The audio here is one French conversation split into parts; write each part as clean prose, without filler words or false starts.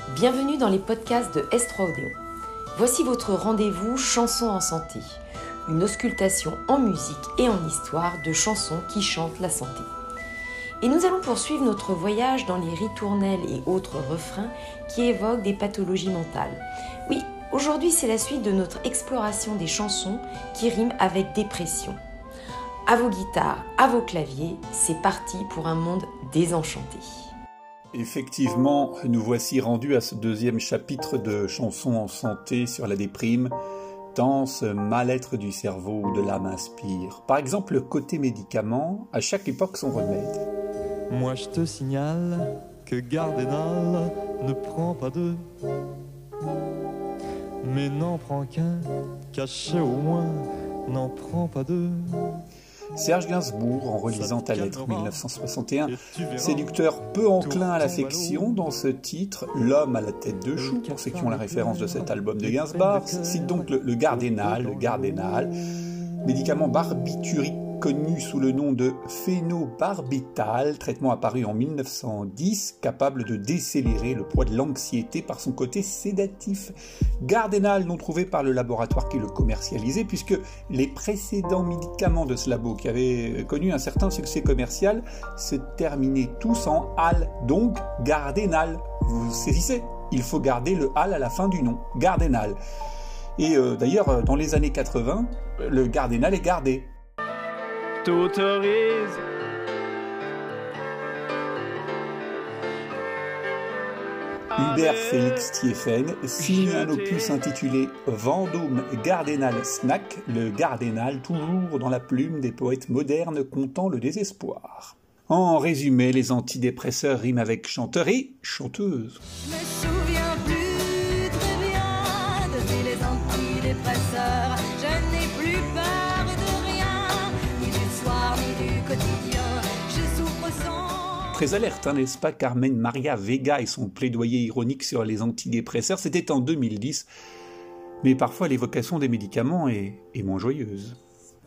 Bienvenue dans les podcasts de S3 Odéon. Voici votre rendez-vous Chansons en santé, une auscultation en musique et en histoire de chansons qui chantent la santé. Et nous allons poursuivre notre voyage dans les ritournelles et autres refrains qui évoquent des pathologies mentales. Oui, aujourd'hui c'est la suite de notre exploration des chansons qui riment avec dépression. À vos guitares, à vos claviers, c'est parti pour un monde désenchanté. Effectivement, nous voici rendus à ce deuxième chapitre de Chansons en santé sur la déprime, tant ce mal-être du cerveau ou de l'âme inspire. Par exemple, le côté médicament, à chaque époque son remède. Moi je te signale que Gardénal ne prend pas deux, mais n'en prend qu'un, caché au moins, n'en prend pas deux. Serge Gainsbourg, en relisant ta lettre 1961, séducteur peu enclin à l'affection, dans ce titre, L'homme à la tête de chou, pour ceux qui ont la référence de cet album de Gainsbourg, cite donc le Gardénal, médicament barbiturique connu sous le nom de phénobarbital, traitement apparu en 1910, capable de décélérer le poids de l'anxiété par son côté sédatif. Gardénal, non trouvé par le laboratoire qui le commercialisait, puisque les précédents médicaments de ce labo, qui avaient connu un certain succès commercial, se terminaient tous en al, donc Gardénal. Vous saisissez ? Il faut garder le al à la fin du nom, Gardénal. Et d'ailleurs, dans les années 80, le Gardénal est gardé. T'autorise. Hubert Félix Thieffen signe un opus intitulé Vendôme Gardénal Snack, le Gardénal toujours dans la plume des poètes modernes contant le désespoir. En résumé, les antidépresseurs riment avec chanteur et chanteuse. Je me souviens plus très bien depuis les antidépresseurs. Je n'ai plus peur de rien, ni du soir ni du quotidien. Je souffre sans... Très alerte, n'est-ce pas, Carmen Maria Vega et son plaidoyer ironique sur les antidépresseurs, c'était en 2010. Mais parfois l'évocation des médicaments est moins joyeuse.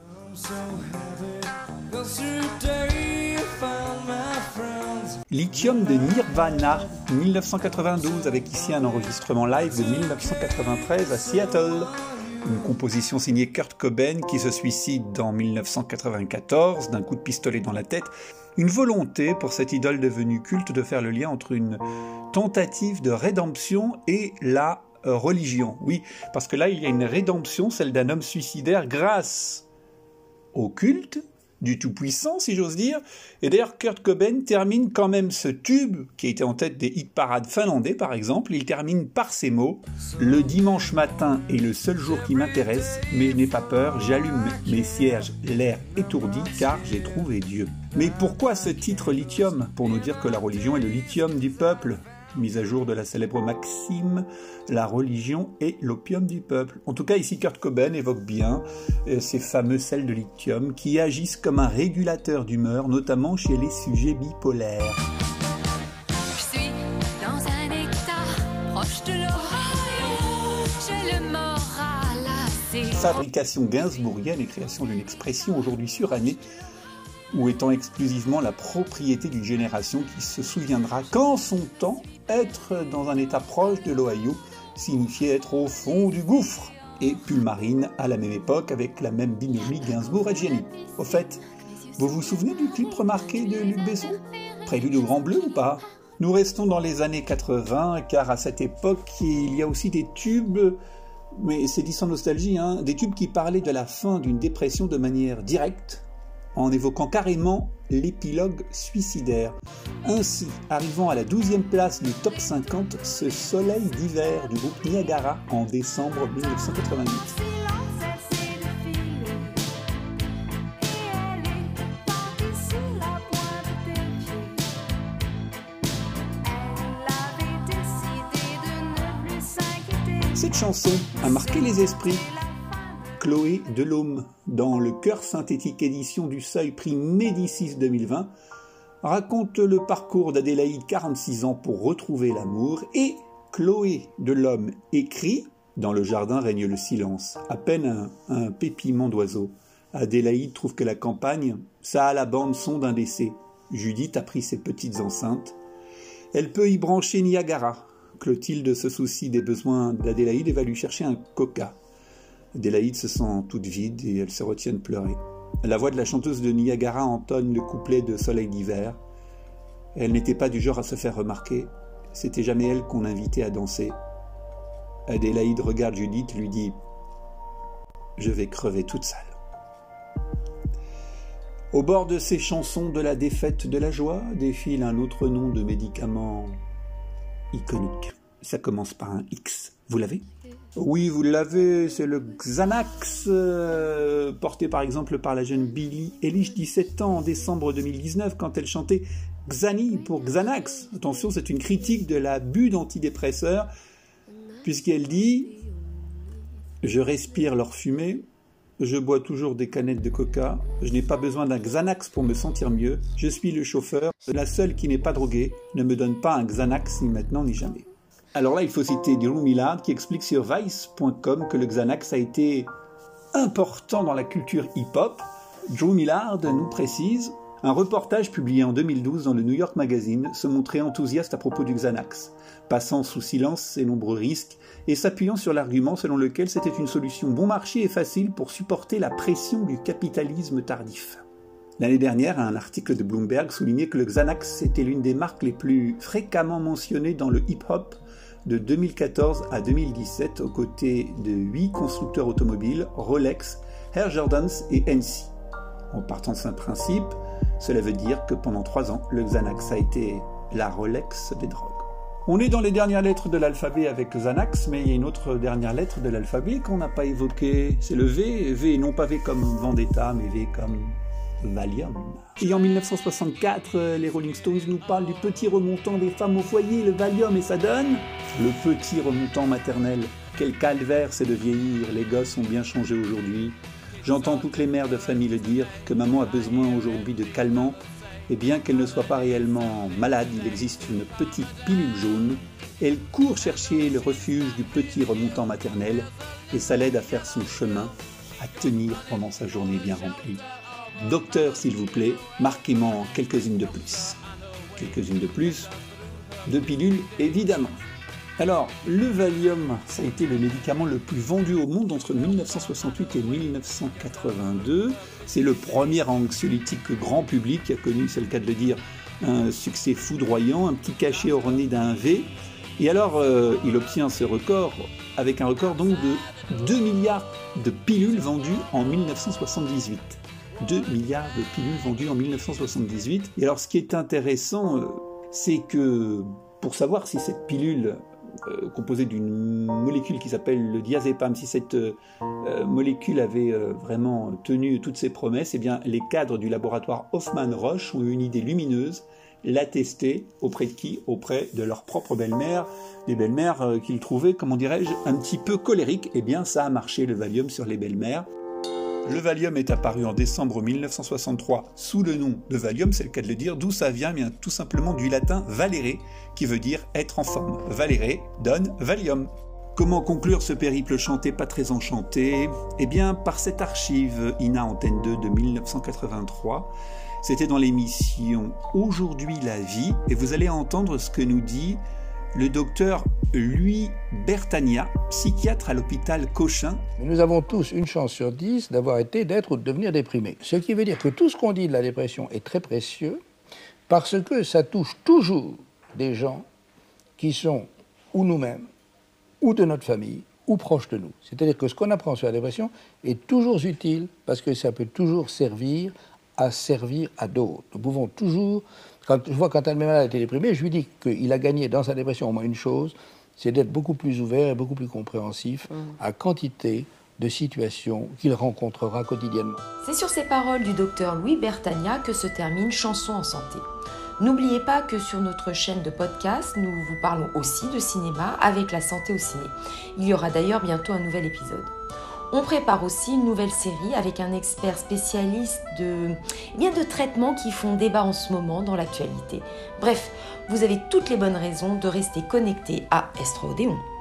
Lithium de Nirvana, 1992, avec ici un enregistrement live de 1993 à Seattle. Une composition signée Kurt Cobain qui se suicide en 1994 d'un coup de pistolet dans la tête. Une volonté pour cette idole devenue culte de faire le lien entre une tentative de rédemption et la religion. Oui, parce que là il y a une rédemption, celle d'un homme suicidaire grâce au culte du Tout-Puissant, si j'ose dire. Et d'ailleurs, Kurt Cobain termine quand même ce tube, qui était en tête des hit-parades finlandais, par exemple. Il termine par ces mots « Le dimanche matin est le seul jour qui m'intéresse, mais je n'ai pas peur, j'allume mes cierges, l'air étourdi, car j'ai trouvé Dieu. » Mais pourquoi ce titre lithium ? Pour nous dire que la religion est le lithium du peuple. Mise à jour de la célèbre maxime, la religion est l'opium du peuple. En tout cas, ici, Kurt Cobain évoque bien ces fameux sels de lithium qui agissent comme un régulateur d'humeur, notamment chez les sujets bipolaires. Je suis dans un état proche de l'Ohio. J'ai le moral assez. Fabrication gainsbourgienne et création d'une expression aujourd'hui surannée, ou étant exclusivement la propriété d'une génération qui se souviendra qu'en son temps, être dans un état proche de l'Ohio signifiait être au fond du gouffre, et Pulmarine à la même époque avec la même binômie Gainsbourg et Gianni. Au fait, vous vous souvenez du clip remarqué de Luc Besson ? Prélude au Grand Bleu ou pas ? Nous restons dans les années 80, car à cette époque, il y a aussi des tubes, mais c'est dit sans nostalgie, des tubes qui parlaient de la fin d'une dépression de manière directe, en évoquant carrément l'épilogue suicidaire. Ainsi, arrivant à la 12e place du top 50, ce soleil d'hiver du groupe Niagara en décembre 1988. Cette chanson a marqué les esprits. Chloé Delhomme, dans le Chœur synthétique édition du Seuil prix Médicis 2020, raconte le parcours d'Adélaïde, 46 ans, pour retrouver l'amour, et Chloé Delhomme écrit « Dans le jardin règne le silence, à peine un pépillement d'oiseau. Adélaïde trouve que la campagne, ça a la bande-son d'un décès. Judith a pris ses petites enceintes. Elle peut y brancher Niagara. Clotilde se soucie des besoins d'Adélaïde et va lui chercher un coca. Adélaïde se sent toute vide et elle se retient de pleurer. La voix de la chanteuse de Niagara entonne le couplet de Soleil d'hiver. Elle n'était pas du genre à se faire remarquer. C'était jamais elle qu'on invitait à danser. Adélaïde regarde Judith, lui dit « Je vais crever toute seule ». Au bord de ces chansons de la défaite de la joie défile un autre nom de médicament iconique. Ça commence par un X. Vous l'avez ? Oui, vous l'avez, c'est le Xanax, porté par exemple par la jeune Billie Eilish, 17 ans, en décembre 2019, quand elle chantait Xani pour Xanax. Attention, c'est une critique de l'abus d'antidépresseurs, puisqu'elle dit « Je respire leur fumée, je bois toujours des canettes de coca, je n'ai pas besoin d'un Xanax pour me sentir mieux, je suis le chauffeur, la seule qui n'est pas droguée, ne me donne pas un Xanax ni maintenant ni jamais. » Alors là, il faut citer Drew Millard qui explique sur Vice.com que le Xanax a été important dans la culture hip-hop. Drew Millard nous précise « Un reportage publié en 2012 dans le New York Magazine se montrait enthousiaste à propos du Xanax, passant sous silence ses nombreux risques et s'appuyant sur l'argument selon lequel c'était une solution bon marché et facile pour supporter la pression du capitalisme tardif. » L'année dernière, un article de Bloomberg soulignait que le Xanax était l'une des marques les plus fréquemment mentionnées dans le hip-hop de 2014 à 2017, aux côtés de 8 constructeurs automobiles, Rolex, Air Jordans et NC. En partant de ce principe, cela veut dire que pendant 3 ans, le Xanax a été la Rolex des drogues. On est dans les dernières lettres de l'alphabet avec Xanax, mais il y a une autre dernière lettre de l'alphabet qu'on n'a pas évoquée, c'est le V. V, non pas V comme Vendetta, mais V comme Valium. Et en 1964, les Rolling Stones nous parlent du petit remontant des femmes au foyer, le Valium, et ça donne le petit remontant maternel. Quel calvaire c'est de vieillir, les gosses ont bien changé aujourd'hui. J'entends toutes les mères de famille le dire, que maman a besoin aujourd'hui de calmant, et bien qu'elle ne soit pas réellement malade, il existe une petite pilule jaune. Elle court chercher le refuge du petit remontant maternel, et ça l'aide à faire son chemin, à tenir pendant sa journée bien remplie. Docteur, s'il vous plaît, marquez-moi quelques-unes de plus. Quelques-unes de plus, de pilules, évidemment. Alors, le Valium, ça a été le médicament le plus vendu au monde entre 1968 et 1982. C'est le premier anxiolytique grand public qui a connu, c'est le cas de le dire, un succès foudroyant, un petit cachet orné d'un V. Et alors, il obtient ce record avec un record donc de 2 milliards de pilules vendues en 1978. 2 milliards de pilules vendues en 1978. Et alors, ce qui est intéressant, c'est que pour savoir si cette pilule composée d'une molécule qui s'appelle le diazépam, si cette molécule avait vraiment tenu toutes ses promesses, eh bien, les cadres du laboratoire Hoffmann-Roche ont eu une idée lumineuse, la tester auprès de qui ? Auprès de leur propre belle-mère, des belles-mères qu'ils trouvaient, comment dirais-je, un petit peu colériques. Eh bien, ça a marché, le Valium, sur les belles-mères. Le Valium est apparu en décembre 1963 sous le nom de Valium, c'est le cas de le dire. D'où ça vient ? Bien, tout simplement du latin valere, qui veut dire être en forme. Valere donne Valium. Comment conclure ce périple chanté pas très enchanté ? Eh bien, par cette archive INA Antenne 2 de 1983. C'était dans l'émission Aujourd'hui la vie, et vous allez entendre ce que nous dit le docteur Louis Bertagna, psychiatre à l'hôpital Cochin. Nous avons tous une chance sur 10 d'avoir été, d'être ou de devenir déprimés. Ce qui veut dire que tout ce qu'on dit de la dépression est très précieux parce que ça touche toujours des gens qui sont ou nous-mêmes, ou de notre famille, ou proches de nous. C'est-à-dire que ce qu'on apprend sur la dépression est toujours utile parce que ça peut toujours servir à d'autres. Nous pouvons toujours... Quand un malade a été déprimé, je lui dis qu'il a gagné dans sa dépression au moins une chose, c'est d'être beaucoup plus ouvert et beaucoup plus compréhensif à quantité de situations qu'il rencontrera quotidiennement. C'est sur ces paroles du docteur Louis Bertagna que se termine Chansons en santé. N'oubliez pas que sur notre chaîne de podcast, nous vous parlons aussi de cinéma avec la santé au ciné. Il y aura d'ailleurs bientôt un nouvel épisode. On prépare aussi une nouvelle série avec un expert spécialiste de traitements qui font débat en ce moment dans l'actualité. Bref, vous avez toutes les bonnes raisons de rester connectés à Estro Odéon.